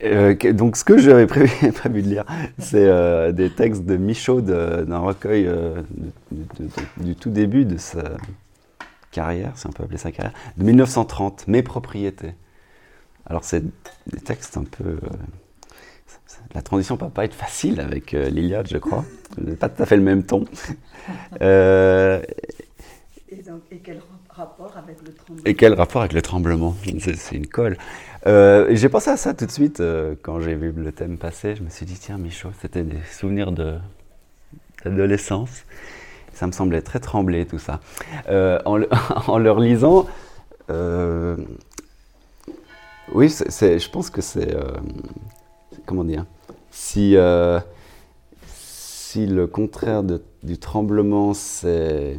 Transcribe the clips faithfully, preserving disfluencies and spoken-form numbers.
Euh, que- donc, ce que j'avais prévu, prévu de lire, c'est euh, des textes de Michaud de- d'un recueil euh, de- de- de- du tout début de sa carrière, si on peut appeler ça carrière, de mille neuf cent trente, Mes propriétés. Alors, c'est des textes un peu. euh, la transition ne peut pas être facile avec euh, l'Iliade, je crois. C'est pas tout à fait le même ton. Euh, Et, donc, et quel rapport avec le tremblement? Et quel rapport avec le tremblement? C'est, c'est une colle. Euh, et j'ai pensé à ça tout de suite euh, quand j'ai vu le thème passer. Je me suis dit, tiens, Michaud, c'était des souvenirs de, d'adolescence. Ça me semblait très tremblé, tout ça. Euh, en, le, en le relisant, euh, oui, c'est, c'est, je pense que c'est... Euh, comment dire? Si, euh, si le contraire de, du tremblement, c'est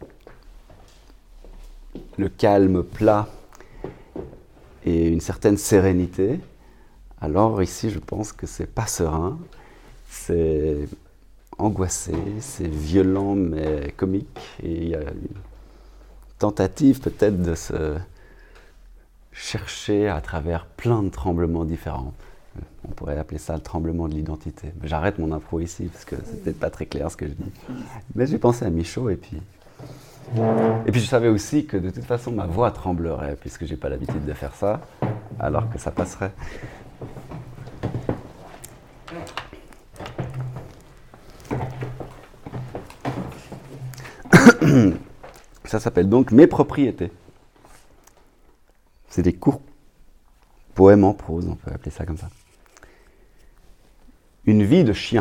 le calme plat et une certaine sérénité, alors ici je pense que c'est pas serein, c'est angoissé, c'est violent mais comique, et il y a une tentative peut-être de se chercher à travers plein de tremblements différents. On pourrait appeler ça le tremblement de l'identité. Mais j'arrête mon impro ici parce que c'est peut-être pas très clair ce que je dis. Mais j'ai pensé à Michaud et puis Et puis je savais aussi que de toute façon ma voix tremblerait puisque j'ai pas l'habitude de faire ça, alors que ça passerait. Ça s'appelle donc Mes propriétés. C'est des courts poèmes en prose, on peut appeler ça comme ça. Une vie de chien.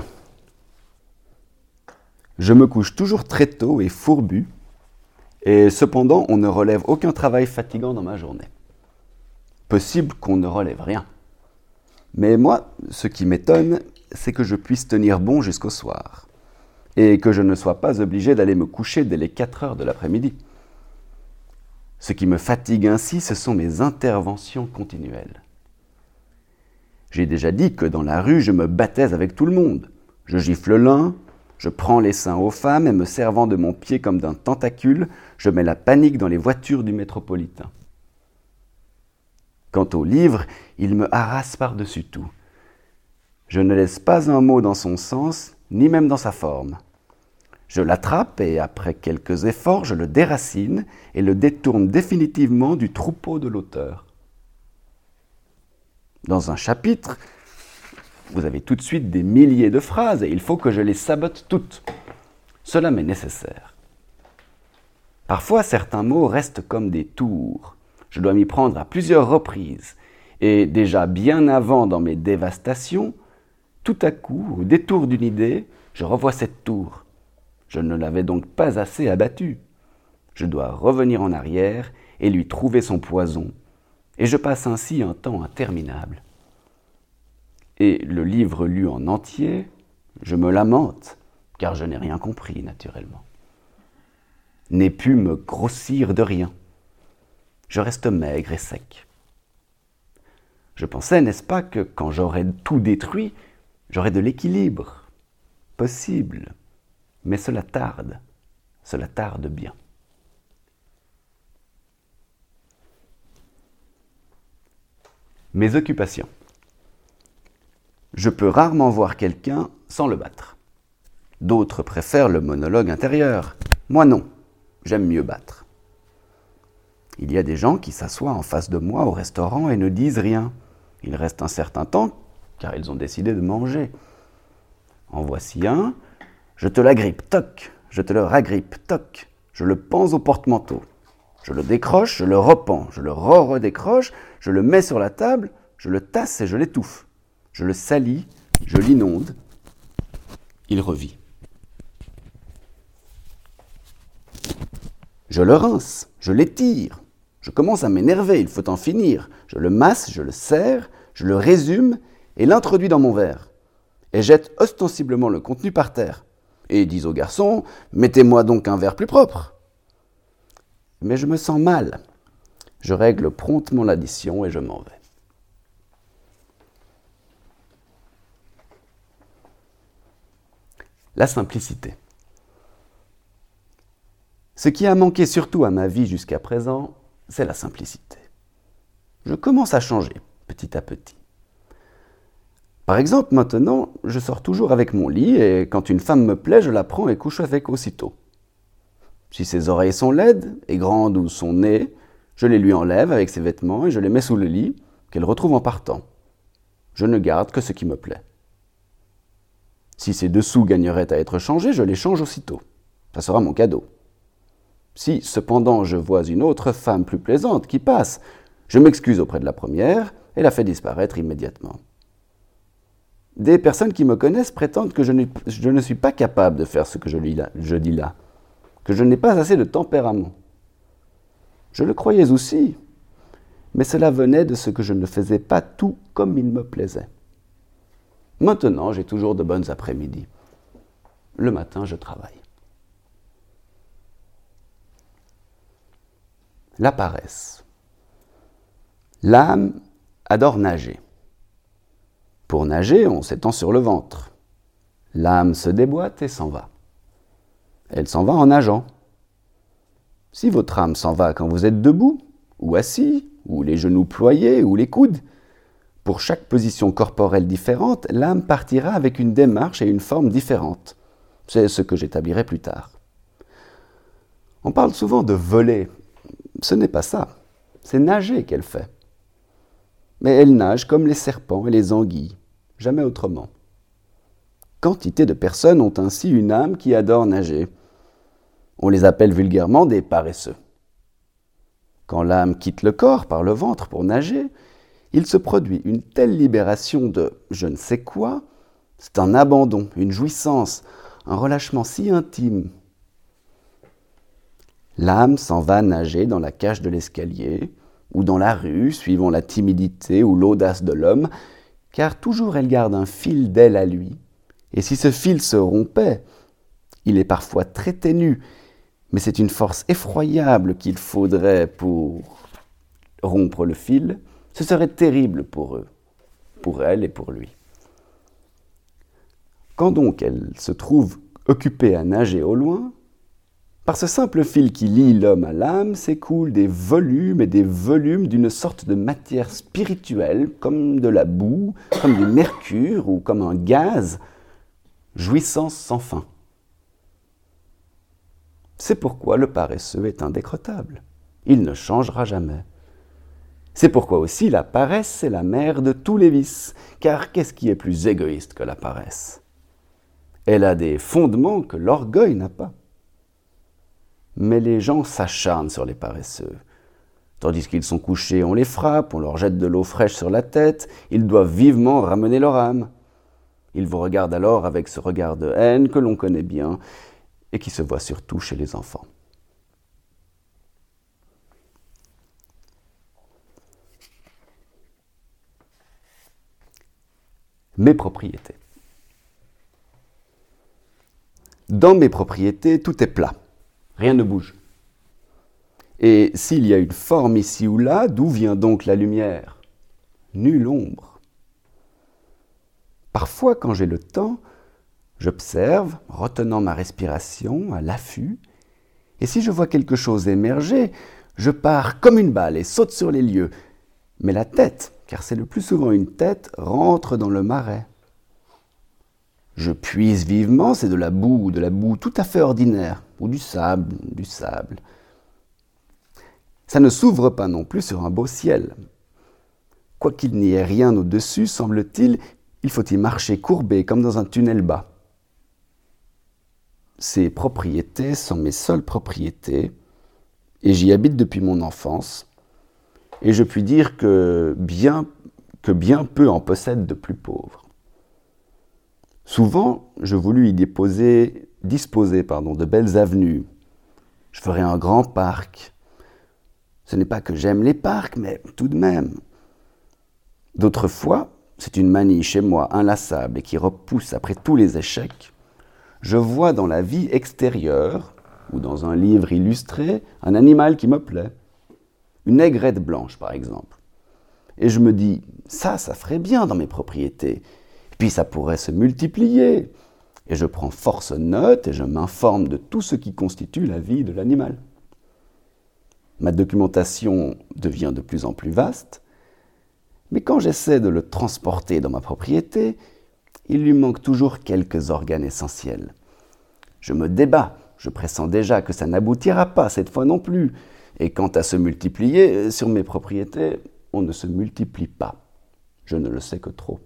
Je me couche toujours très tôt et fourbu, et cependant on ne relève aucun travail fatigant dans ma journée. Possible qu'on ne relève rien. Mais moi, ce qui m'étonne, c'est que je puisse tenir bon jusqu'au soir, et que je ne sois pas obligé d'aller me coucher dès les quatre heures de l'après-midi. Ce qui me fatigue ainsi, ce sont mes interventions continuelles. J'ai déjà dit que dans la rue, je me battais avec tout le monde. Je gifle l'un, je prends les seins aux femmes et me servant de mon pied comme d'un tentacule, je mets la panique dans les voitures du métropolitain. Quant au livre, il me harasse par-dessus tout. Je ne laisse pas un mot dans son sens, ni même dans sa forme. Je l'attrape et, après quelques efforts, je le déracine et le détourne définitivement du troupeau de l'auteur. Dans un chapitre, vous avez tout de suite des milliers de phrases et il faut que je les sabote toutes. Cela m'est nécessaire. Parfois, certains mots restent comme des tours. Je dois m'y prendre à plusieurs reprises. Et déjà bien avant dans mes dévastations, tout à coup, au détour d'une idée, je revois cette tour. Je ne l'avais donc pas assez abattue. Je dois revenir en arrière et lui trouver son poison. Et je passe ainsi un temps interminable. Et le livre lu en entier, je me lamente, car je n'ai rien compris, naturellement. N'ai pu me grossir de rien. Je reste maigre et sec. Je pensais, n'est-ce pas, que quand j'aurais tout détruit, j'aurais de l'équilibre. Possible. Mais cela tarde. Cela tarde bien. Mes occupations. Je peux rarement voir quelqu'un sans le battre. D'autres préfèrent le monologue intérieur. Moi non, j'aime mieux battre. Il y a des gens qui s'assoient en face de moi au restaurant et ne disent rien. Ils restent un certain temps, car ils ont décidé de manger. En voici un, je te l'agrippe, toc, je te le ragrippe, toc, je le pends au porte-manteau. Je le décroche, je le repends, je le re-redécroche, je le mets sur la table, je le tasse et je l'étouffe. Je le salis, je l'inonde, il revit. Je le rince, je l'étire, je commence à m'énerver, il faut en finir. Je le masse, je le serre, je le résume et l'introduis dans mon verre. Et jette ostensiblement le contenu par terre. Et dis au garçon, mettez-moi donc un verre plus propre. Mais je me sens mal. Je règle promptement l'addition et je m'en vais. La simplicité. Ce qui a manqué surtout à ma vie jusqu'à présent, c'est la simplicité. Je commence à changer, petit à petit. Par exemple, maintenant, je sors toujours avec mon lit et quand une femme me plaît, je la prends et couche avec aussitôt. Si ses oreilles sont laides et grandes ou son nez, je les lui enlève avec ses vêtements et je les mets sous le lit, qu'elle retrouve en partant. Je ne garde que ce qui me plaît. Si ses dessous gagneraient à être changés, je les change aussitôt. Ça sera mon cadeau. Si, cependant, je vois une autre femme plus plaisante qui passe, je m'excuse auprès de la première et la fais disparaître immédiatement. Des personnes qui me connaissent prétendent que je, je ne suis pas capable de faire ce que je, là, je dis là, que je n'ai pas assez de tempérament. Je le croyais aussi, mais cela venait de ce que je ne faisais pas tout comme il me plaisait. Maintenant, j'ai toujours de bonnes après-midi. Le matin, je travaille. La paresse. L'âme adore nager. Pour nager, on s'étend sur le ventre. L'âme se déboîte et s'en va. Elle s'en va en nageant. Si votre âme s'en va quand vous êtes debout, ou assis, ou les genoux ployés, ou les coudes, pour chaque position corporelle différente, l'âme partira avec une démarche et une forme différentes. C'est ce que j'établirai plus tard. On parle souvent de voler. Ce n'est pas ça. C'est nager qu'elle fait. Mais elle nage comme les serpents et les anguilles, jamais autrement. Quantité de personnes ont ainsi une âme qui adore nager. On les appelle vulgairement des paresseux. Quand l'âme quitte le corps par le ventre pour nager, il se produit une telle libération de je ne sais quoi, c'est un abandon, une jouissance, un relâchement si intime. L'âme s'en va nager dans la cage de l'escalier, ou dans la rue, suivant la timidité ou l'audace de l'homme, car toujours elle garde un fil d'elle à lui. Et si ce fil se rompait, il est parfois très ténu, mais c'est une force effroyable qu'il faudrait pour rompre le fil. Ce serait terrible pour eux, pour elle et pour lui. Quand donc elle se trouve occupée à nager au loin, par ce simple fil qui lie l'homme à l'âme s'écoulent des volumes et des volumes d'une sorte de matière spirituelle, comme de la boue, comme du mercure ou comme un gaz, jouissance sans fin. C'est pourquoi le paresseux est indécrottable. Il ne changera jamais. C'est pourquoi aussi la paresse est la mère de tous les vices, car qu'est-ce qui est plus égoïste que la paresse ? Elle a des fondements que l'orgueil n'a pas. Mais les gens s'acharnent sur les paresseux. Tandis qu'ils sont couchés, on les frappe, on leur jette de l'eau fraîche sur la tête, ils doivent vivement ramener leur âme. Ils vous regardent alors avec ce regard de haine que l'on connaît bien et qui se voit surtout chez les enfants. Mes propriétés. Dans mes propriétés, tout est plat. Rien ne bouge. Et s'il y a une forme ici ou là, d'où vient donc la lumière ? Nulle ombre. Parfois, quand j'ai le temps, j'observe, retenant ma respiration, à l'affût, et si je vois quelque chose émerger, je pars comme une balle et saute sur les lieux. Mais la tête, car c'est le plus souvent une tête, rentre dans le marais. Je puise vivement, c'est de la boue, de la boue tout à fait ordinaire, ou du sable, du sable. Ça ne s'ouvre pas non plus sur un beau ciel. Quoiqu'il n'y ait rien au-dessus, semble-t-il, il faut y marcher courbé comme dans un tunnel bas. Ces propriétés sont mes seules propriétés, et j'y habite depuis mon enfance, et je puis dire que bien, que bien peu en possèdent de plus pauvres. Souvent, je voulus y déposer, disposer pardon, de belles avenues. Je ferai un grand parc. Ce n'est pas que j'aime les parcs, mais tout de même. D'autres fois, c'est une manie chez moi inlassable et qui repousse après tous les échecs. Je vois dans la vie extérieure, ou dans un livre illustré, un animal qui me plaît. Une aigrette blanche, par exemple. Et je me dis, ça, ça ferait bien dans mes propriétés. Puis ça pourrait se multiplier. Et je prends force note et je m'informe de tout ce qui constitue la vie de l'animal. Ma documentation devient de plus en plus vaste. Mais quand j'essaie de le transporter dans ma propriété, il lui manque toujours quelques organes essentiels. Je me débats, je pressens déjà que ça n'aboutira pas cette fois non plus. Et quant à se multiplier, sur mes propriétés, on ne se multiplie pas. Je ne le sais que trop.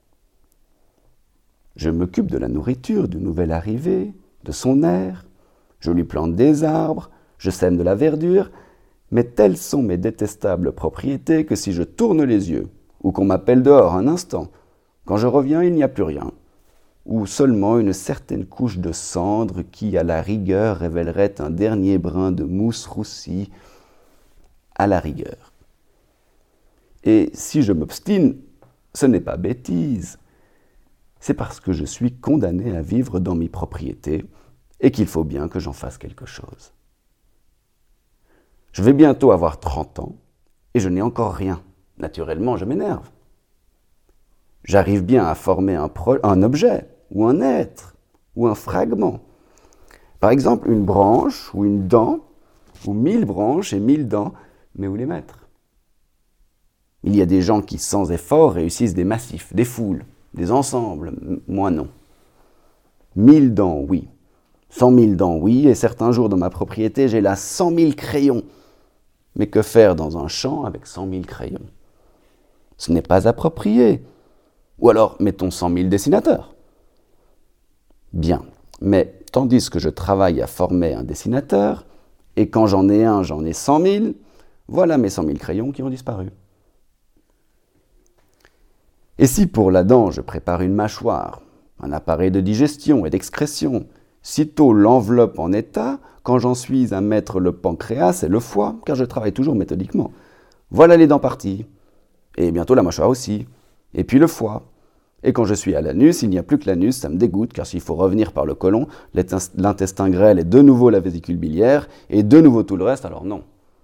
Je m'occupe de la nourriture du nouvel arrivé, de son air, je lui plante des arbres, je sème de la verdure, mais telles sont mes détestables propriétés que si je tourne les yeux, ou qu'on m'appelle dehors un instant, quand je reviens, il n'y a plus rien, ou seulement une certaine couche de cendre qui, à la rigueur, révélerait un dernier brin de mousse roussie, à la rigueur. Et si je m'obstine, ce n'est pas bêtise, c'est parce que je suis condamné à vivre dans mes propriétés et qu'il faut bien que j'en fasse quelque chose. Je vais bientôt avoir trente ans et je n'ai encore rien. Naturellement, je m'énerve. J'arrive bien à former un, pro- un objet, ou un être, ou un fragment. Par exemple, une branche, ou une dent, ou mille branches et mille dents, mais où les mettre? Il y a des gens qui, sans effort, réussissent des massifs, des foules, des ensembles, moi non. Mille dents, oui. Cent mille dents, oui, et certains jours dans ma propriété, j'ai là cent mille crayons. Mais que faire dans un champ avec cent mille crayons? Ce n'est pas approprié. Ou alors, mettons cent mille dessinateurs. Bien, mais tandis que je travaille à former un dessinateur, et quand j'en ai un, j'en ai cent mille, voilà mes cent mille crayons qui ont disparu. Et si pour la dent, je prépare une mâchoire, un appareil de digestion et d'excrétion, sitôt l'enveloppe en état, quand j'en suis à mettre le pancréas et le foie, car je travaille toujours méthodiquement, voilà les dents parties, et bientôt la mâchoire aussi, et puis le foie. Et quand je suis à l'anus, il n'y a plus que l'anus, ça me dégoûte, car s'il faut revenir par le côlon, l'intestin grêle et de nouveau la vésicule biliaire, et de nouveau tout le reste, alors non.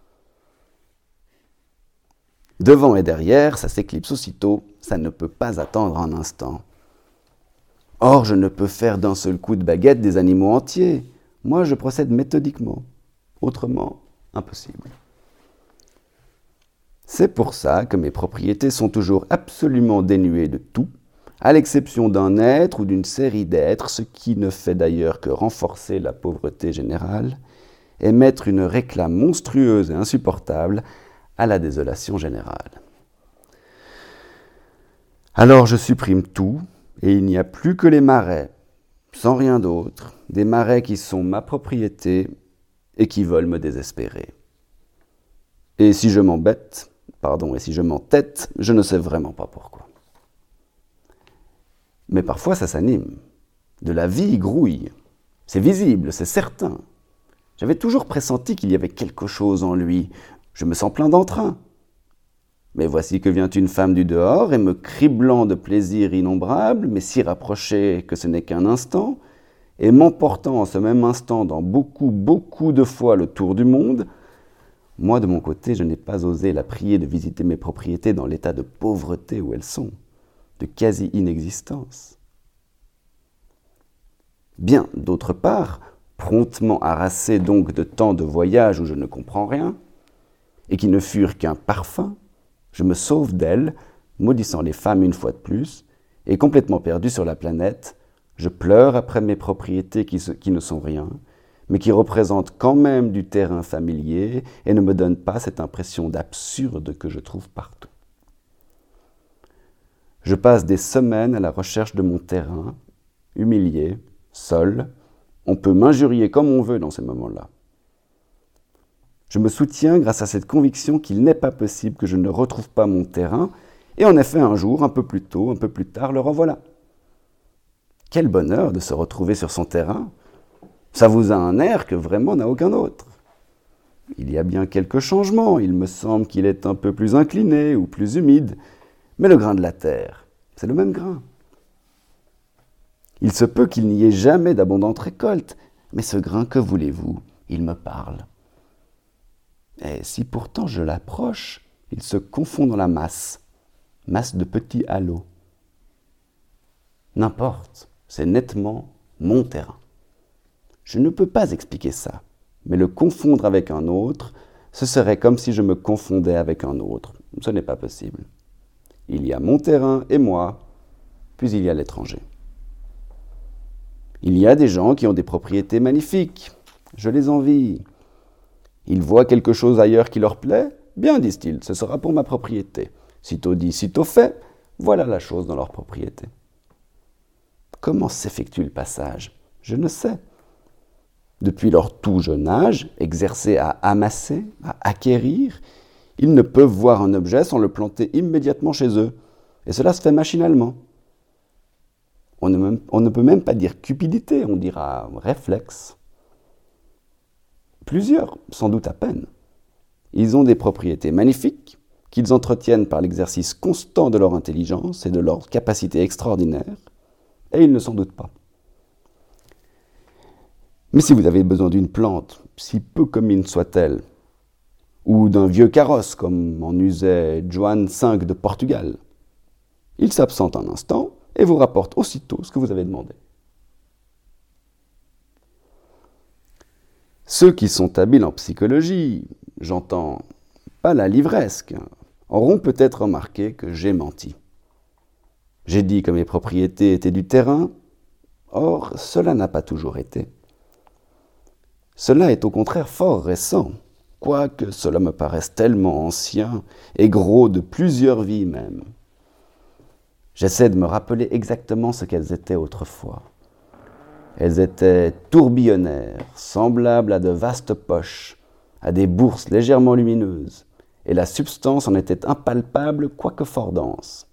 Devant et derrière, ça s'éclipse aussitôt, ça ne peut pas attendre un instant. Or, je ne peux faire d'un seul coup de baguette des animaux entiers. Moi, je procède méthodiquement. Autrement, impossible. C'est pour ça que mes propriétés sont toujours absolument dénuées de tout, à l'exception d'un être ou d'une série d'êtres, ce qui ne fait d'ailleurs que renforcer la pauvreté générale et mettre une réclame monstrueuse et insupportable à la désolation générale. Alors je supprime tout, et il n'y a plus que les marais, sans rien d'autre, des marais qui sont ma propriété et qui veulent me désespérer. Et si je m'embête, pardon, et si je m'entête, je ne sais vraiment pas pourquoi. Mais parfois ça s'anime, de la vie grouille, c'est visible, c'est certain. J'avais toujours pressenti qu'il y avait quelque chose en lui, je me sens plein d'entrain. Mais voici que vient une femme du dehors et me criblant de plaisirs innombrables, mais si rapprochés que ce n'est qu'un instant, et m'emportant en ce même instant dans beaucoup, beaucoup de fois le tour du monde, moi de mon côté, je n'ai pas osé la prier de visiter mes propriétés dans l'état de pauvreté où elles sont, de quasi-inexistence. Bien, d'autre part, promptement harassé donc de tant de voyages où je ne comprends rien, et qui ne furent qu'un parfum, je me sauve d'elles, maudissant les femmes une fois de plus, et complètement perdu sur la planète, je pleure après mes propriétés qui, se, qui ne sont rien, mais qui représentent quand même du terrain familier et ne me donnent pas cette impression d'absurde que je trouve partout. Je passe des semaines à la recherche de mon terrain, humilié, seul. On peut m'injurier comme on veut dans ces moments-là. Je me soutiens grâce à cette conviction qu'il n'est pas possible que je ne retrouve pas mon terrain, et en effet, un jour, un peu plus tôt, un peu plus tard, le revoilà. Quel bonheur de se retrouver sur son terrain! Ça vous a un air que vraiment n'a aucun autre. Il y a bien quelques changements, il me semble qu'il est un peu plus incliné ou plus humide, mais le grain de la terre, c'est le même grain. Il se peut qu'il n'y ait jamais d'abondante récolte, mais ce grain, que voulez-vous, il me parle. Et si pourtant je l'approche, il se confond dans la masse, masse de petits halos. N'importe, c'est nettement mon terrain. Je ne peux pas expliquer ça, mais le confondre avec un autre, ce serait comme si je me confondais avec un autre. Ce n'est pas possible. Il y a mon terrain et moi, puis il y a l'étranger. Il y a des gens qui ont des propriétés magnifiques. Je les envie. Ils voient quelque chose ailleurs qui leur plaît. Bien, disent-ils, ce sera pour ma propriété. Sitôt dit, sitôt fait, voilà la chose dans leur propriété. Comment s'effectue le passage? Je ne sais. Depuis leur tout jeune âge, exercés à amasser, à acquérir, ils ne peuvent voir un objet sans le planter immédiatement chez eux. Et cela se fait machinalement. On ne, même, on ne peut même pas dire cupidité, on dira réflexe. Plusieurs, sans doute à peine. Ils ont des propriétés magnifiques qu'ils entretiennent par l'exercice constant de leur intelligence et de leur capacité extraordinaire, et ils ne s'en doutent pas. Mais si vous avez besoin d'une plante, si peu commune soit-elle, ou d'un vieux carrosse comme en usait Juan cinq de Portugal, il s'absente un instant et vous rapporte aussitôt ce que vous avez demandé. Ceux qui sont habiles en psychologie, j'entends pas la livresque, auront peut-être remarqué que j'ai menti. J'ai dit que mes propriétés étaient du terrain, or cela n'a pas toujours été. Cela est au contraire fort récent, quoique cela me paraisse tellement ancien et gros de plusieurs vies même. J'essaie de me rappeler exactement ce qu'elles étaient autrefois. Elles étaient tourbillonnaires, semblables à de vastes poches, à des bourses légèrement lumineuses, et la substance en était impalpable, quoique fort dense.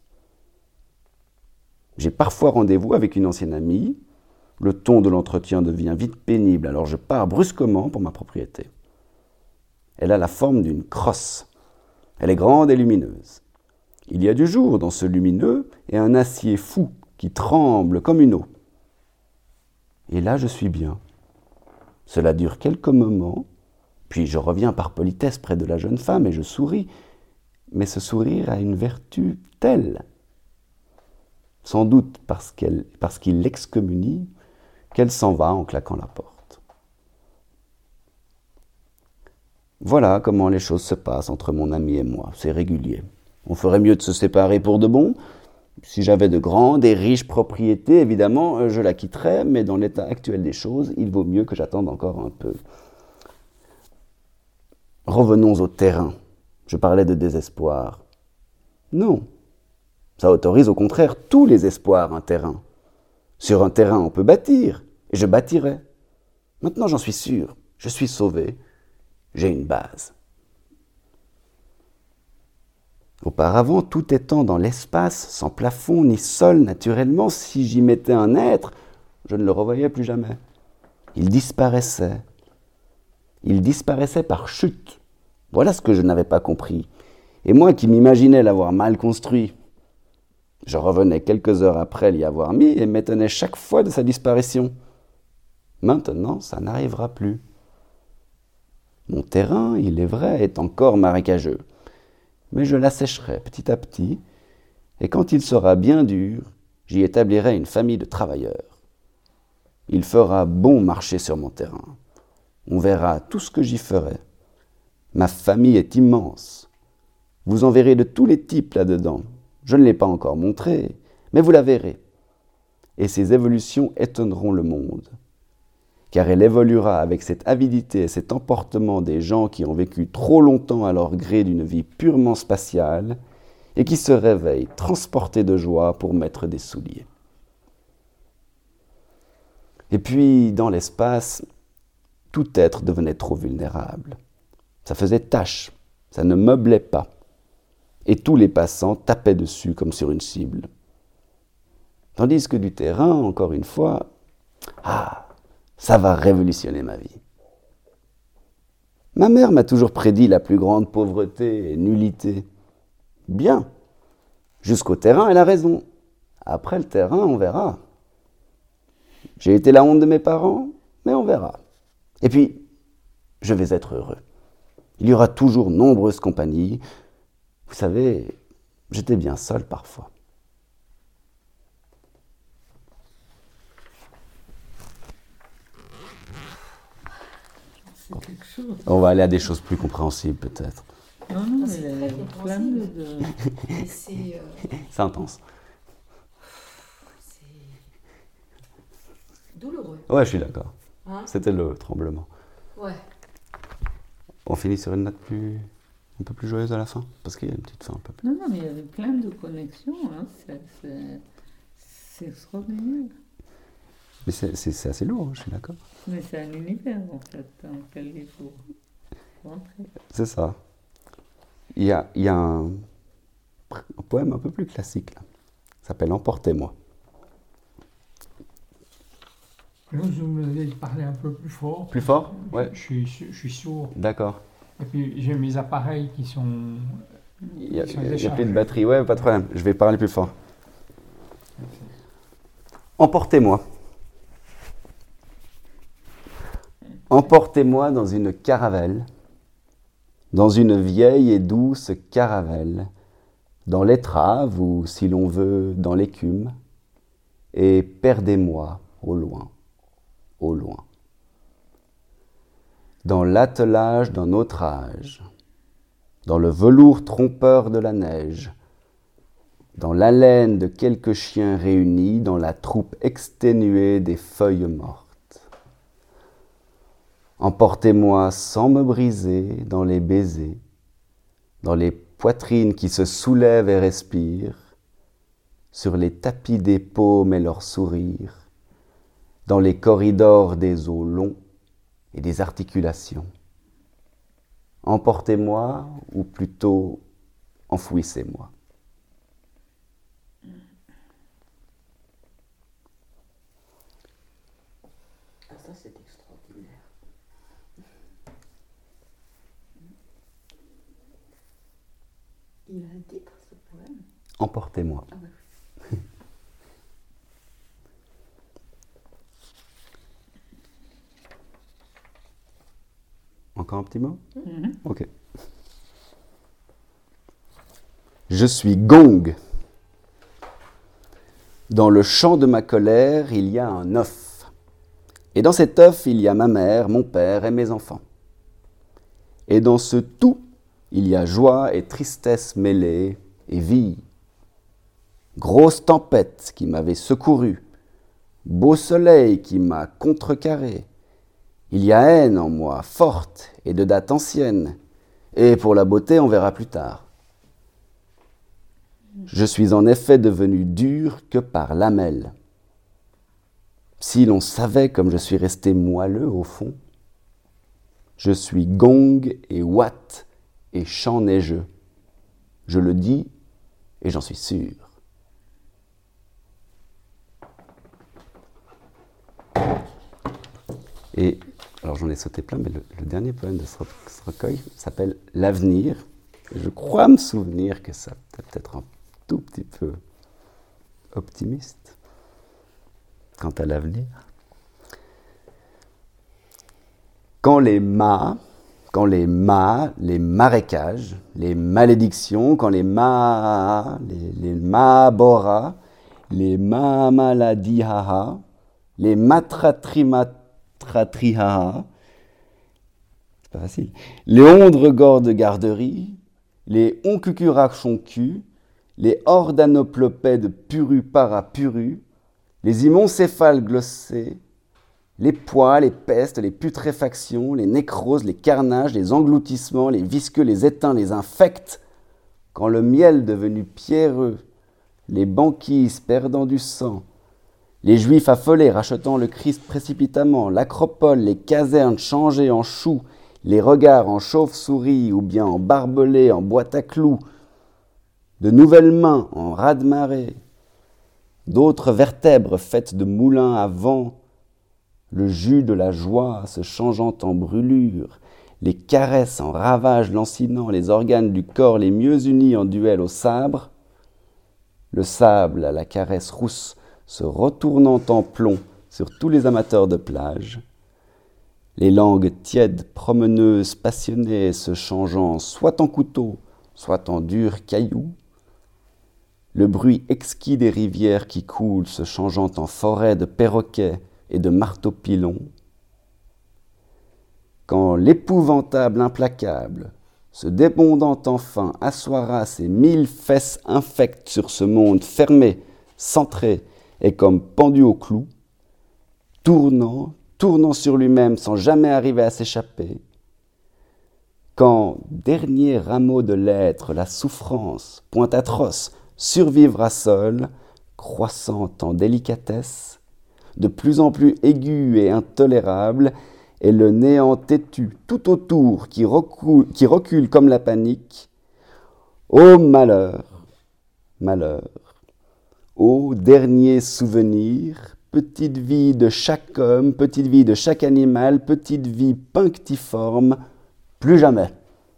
J'ai parfois rendez-vous avec une ancienne amie. Le ton de l'entretien devient vite pénible, alors je pars brusquement pour ma propriété. Elle a la forme d'une crosse. Elle est grande et lumineuse. Il y a du jour dans ce lumineux et un acier fou qui tremble comme une eau. Et là, je suis bien. Cela dure quelques moments, puis je reviens par politesse près de la jeune femme et je souris. Mais ce sourire a une vertu telle, sans doute parce qu'elle, parce qu'il l'excommunie, qu'elle s'en va en claquant la porte. Voilà comment les choses se passent entre mon ami et moi. C'est régulier. On ferait mieux de se séparer pour de bon. Si j'avais de grandes et riches propriétés, évidemment, je la quitterais, mais dans l'état actuel des choses, il vaut mieux que j'attende encore un peu. Revenons au terrain. Je parlais de désespoir. Non. Ça autorise au contraire tous les espoirs, un terrain. Sur un terrain, on peut bâtir, et je bâtirai. Maintenant, j'en suis sûr, je suis sauvé, j'ai une base. Auparavant, tout étant dans l'espace, sans plafond ni sol, naturellement, si j'y mettais un être, je ne le revoyais plus jamais. Il disparaissait. Il disparaissait par chute. Voilà ce que je n'avais pas compris. Et moi qui m'imaginais l'avoir mal construit, je revenais quelques heures après l'y avoir mis et m'étonnais chaque fois de sa disparition. Maintenant, ça n'arrivera plus. Mon terrain, il est vrai, est encore marécageux. Mais je l'assècherai petit à petit, et quand il sera bien dur, j'y établirai une famille de travailleurs. Il fera bon marcher sur mon terrain. On verra tout ce que j'y ferai. Ma famille est immense. Vous en verrez de tous les types là-dedans. Je ne l'ai pas encore montré, mais vous la verrez. Et ces évolutions étonneront le monde. Car elle évoluera avec cette avidité et cet emportement des gens qui ont vécu trop longtemps à leur gré d'une vie purement spatiale et qui se réveillent transportés de joie pour mettre des souliers. Et puis, dans l'espace, tout être devenait trop vulnérable. Ça faisait tache, ça ne meublait pas. Et tous les passants tapaient dessus comme sur une cible. Tandis que du terrain, encore une fois, ah, ça va révolutionner ma vie. Ma mère m'a toujours prédit la plus grande pauvreté et nullité. Bien, jusqu'au terrain, elle a raison. Après le terrain, on verra. J'ai été la honte de mes parents, mais on verra. Et puis, je vais être heureux. Il y aura toujours nombreuses compagnies. Vous savez, j'étais bien seul parfois. C'est quelque chose. On va aller à des choses plus compréhensibles peut-être. Non, non, c'est mais très plein de... compréhensible. de- Et c'est, euh, C'est intense. c'est douloureux. Ouais, je suis d'accord. Hein? C'était le tremblement. Ouais. On finit sur une note plus, un peu plus joyeuse à la fin, parce qu'il y a une petite fin un peu plus. Non, non, mais il y avait plein de connexions. Hein. C'est, c'est, c'est extraordinaire. Mais c'est, c'est, c'est assez lourd, hein, je suis d'accord. Mais c'est un univers, en fait, dans lequel il faut rentrer. C'est ça. Il y a, il y a un, un poème un peu plus classique, là. Ça s'appelle Emportez-moi. Là, je me devais parler un peu plus fort. Plus fort? Ouais. Je, suis, je suis sourd. D'accord. Et puis j'ai mes appareils qui sont. Il n'y a, qui sont il y a déchargés. plus de batterie. Ouais, pas de problème. Je vais parler plus fort. Emportez-moi. Emportez-moi dans une caravelle, dans une vieille et douce caravelle, dans l'étrave ou, si l'on veut, dans l'écume, et perdez-moi au loin, au loin. Dans l'attelage d'un autre âge, dans le velours trompeur de la neige, dans l'haleine de quelques chiens réunis, dans la troupe exténuée des feuilles mortes. Emportez-moi sans me briser dans les baisers, dans les poitrines qui se soulèvent et respirent, sur les tapis des paumes et leurs sourires, dans les corridors des os longs et des articulations. Emportez-moi, ou plutôt enfouissez-moi. Ah, ça, c'est extraordinaire. Il a un titre, ce poème? Emportez-moi. Ah ouais. Encore un petit mot? Mhm. Ok. Je suis gong. Dans le champ de ma colère, il y a un œuf. Et dans cet œuf, il y a ma mère, mon père et mes enfants. Et dans ce tout, il y a joie et tristesse mêlées et vie. Grosse tempête qui m'avait secouru, beau soleil qui m'a contrecarré. Il y a haine en moi, forte et de date ancienne, et pour la beauté, on verra plus tard. Je suis en effet devenu dur que par lamelles. Si l'on savait comme je suis resté moelleux au fond, je suis gong et watt et chant neigeux. Je le dis et j'en suis sûr. Et alors j'en ai sauté plein, mais le, le dernier poème de ce, ce recueil s'appelle L'avenir. Et je crois me souvenir que ça peut être un tout petit peu optimiste quant à l'avenir. Quand les mâts, quand les mâts, les marécages, les malédictions, quand les mâts, les, les mâboras, les mamaladihaha, les matratrimatratrihaha, c'est pas facile, les ondregordes de garderie, les oncucurachoncu, les ordanoplopedes puru parapuru, les immoncéphales glossés, les poids, les pestes, les putréfactions, les nécroses, les carnages, les engloutissements, les visqueux, les éteints, les infects, quand le miel devenu pierreux, les banquises perdant du sang, les juifs affolés rachetant le Christ précipitamment, l'acropole, les casernes changées en choux, les regards en chauve-souris ou bien en barbelés, en boîte à clous, de nouvelles mains en raz-de-marée, d'autres vertèbres faites de moulins à vent, le jus de la joie se changeant en brûlure, les caresses en ravages lancinant, les organes du corps les mieux unis en duel au sabre, le sable à la caresse rousse se retournant en plomb sur tous les amateurs de plage, les langues tièdes, promeneuses, passionnées se changeant soit en couteau, soit en durs cailloux, le bruit exquis des rivières qui coulent se changeant en forêt de perroquets et de marteaux-pilons, quand l'épouvantable implacable, se débondant enfin, assoira ses mille fesses infectes sur ce monde fermé, centré et comme pendu au clou, tournant, tournant sur lui-même sans jamais arriver à s'échapper, quand, dernier rameau de l'être, la souffrance, point atroce, survivra seule, croissant en délicatesse, de plus en plus aiguë et intolérable, et le néant têtu tout autour qui recule, qui recule comme la panique. Ô malheur, malheur, ô dernier souvenir, petite vie de chaque homme, petite vie de chaque animal, petite vie punctiforme, plus jamais.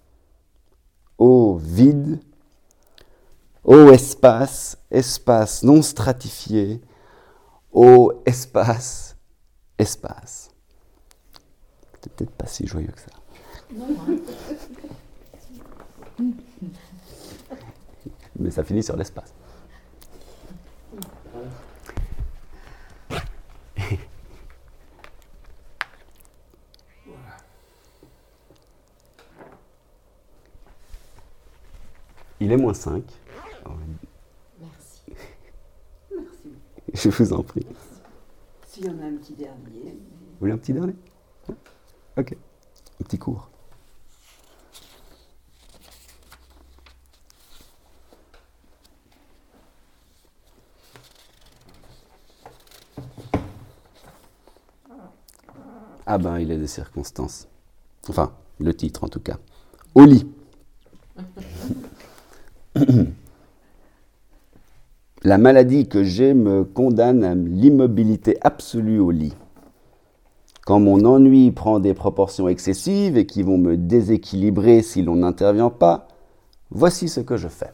Ô vide, ô espace, espace non stratifié, ô espace, espace. C'est peut-être pas si joyeux que ça. Non, hein. Mais ça finit sur l'espace. Il est moins cinq. Merci. Merci. Je vous en prie. S'il y en a un petit dernier. Vous voulez un petit dernier? Ok. Un petit cours. Ah ben, il est des circonstances. Enfin, le titre en tout cas. Au lit. La maladie que j'ai me condamne à l'immobilité absolue au lit. Quand mon ennui prend des proportions excessives et qui vont me déséquilibrer si l'on n'intervient pas, voici ce que je fais.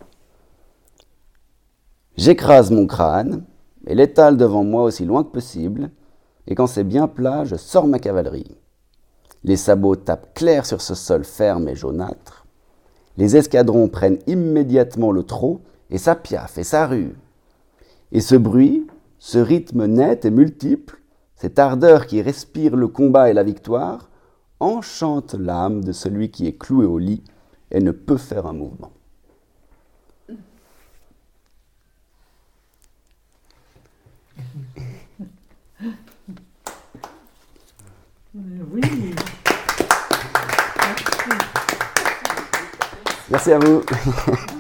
J'écrase mon crâne et l'étale devant moi aussi loin que possible, et quand c'est bien plat, je sors ma cavalerie. Les sabots tapent clair sur ce sol ferme et jaunâtre. Les escadrons prennent immédiatement le trot, et ça piaffe et ça rue. Et ce bruit, ce rythme net et multiple, cette ardeur qui respire le combat et la victoire, enchante l'âme de celui qui est cloué au lit et ne peut faire un mouvement. Oui. Merci à vous.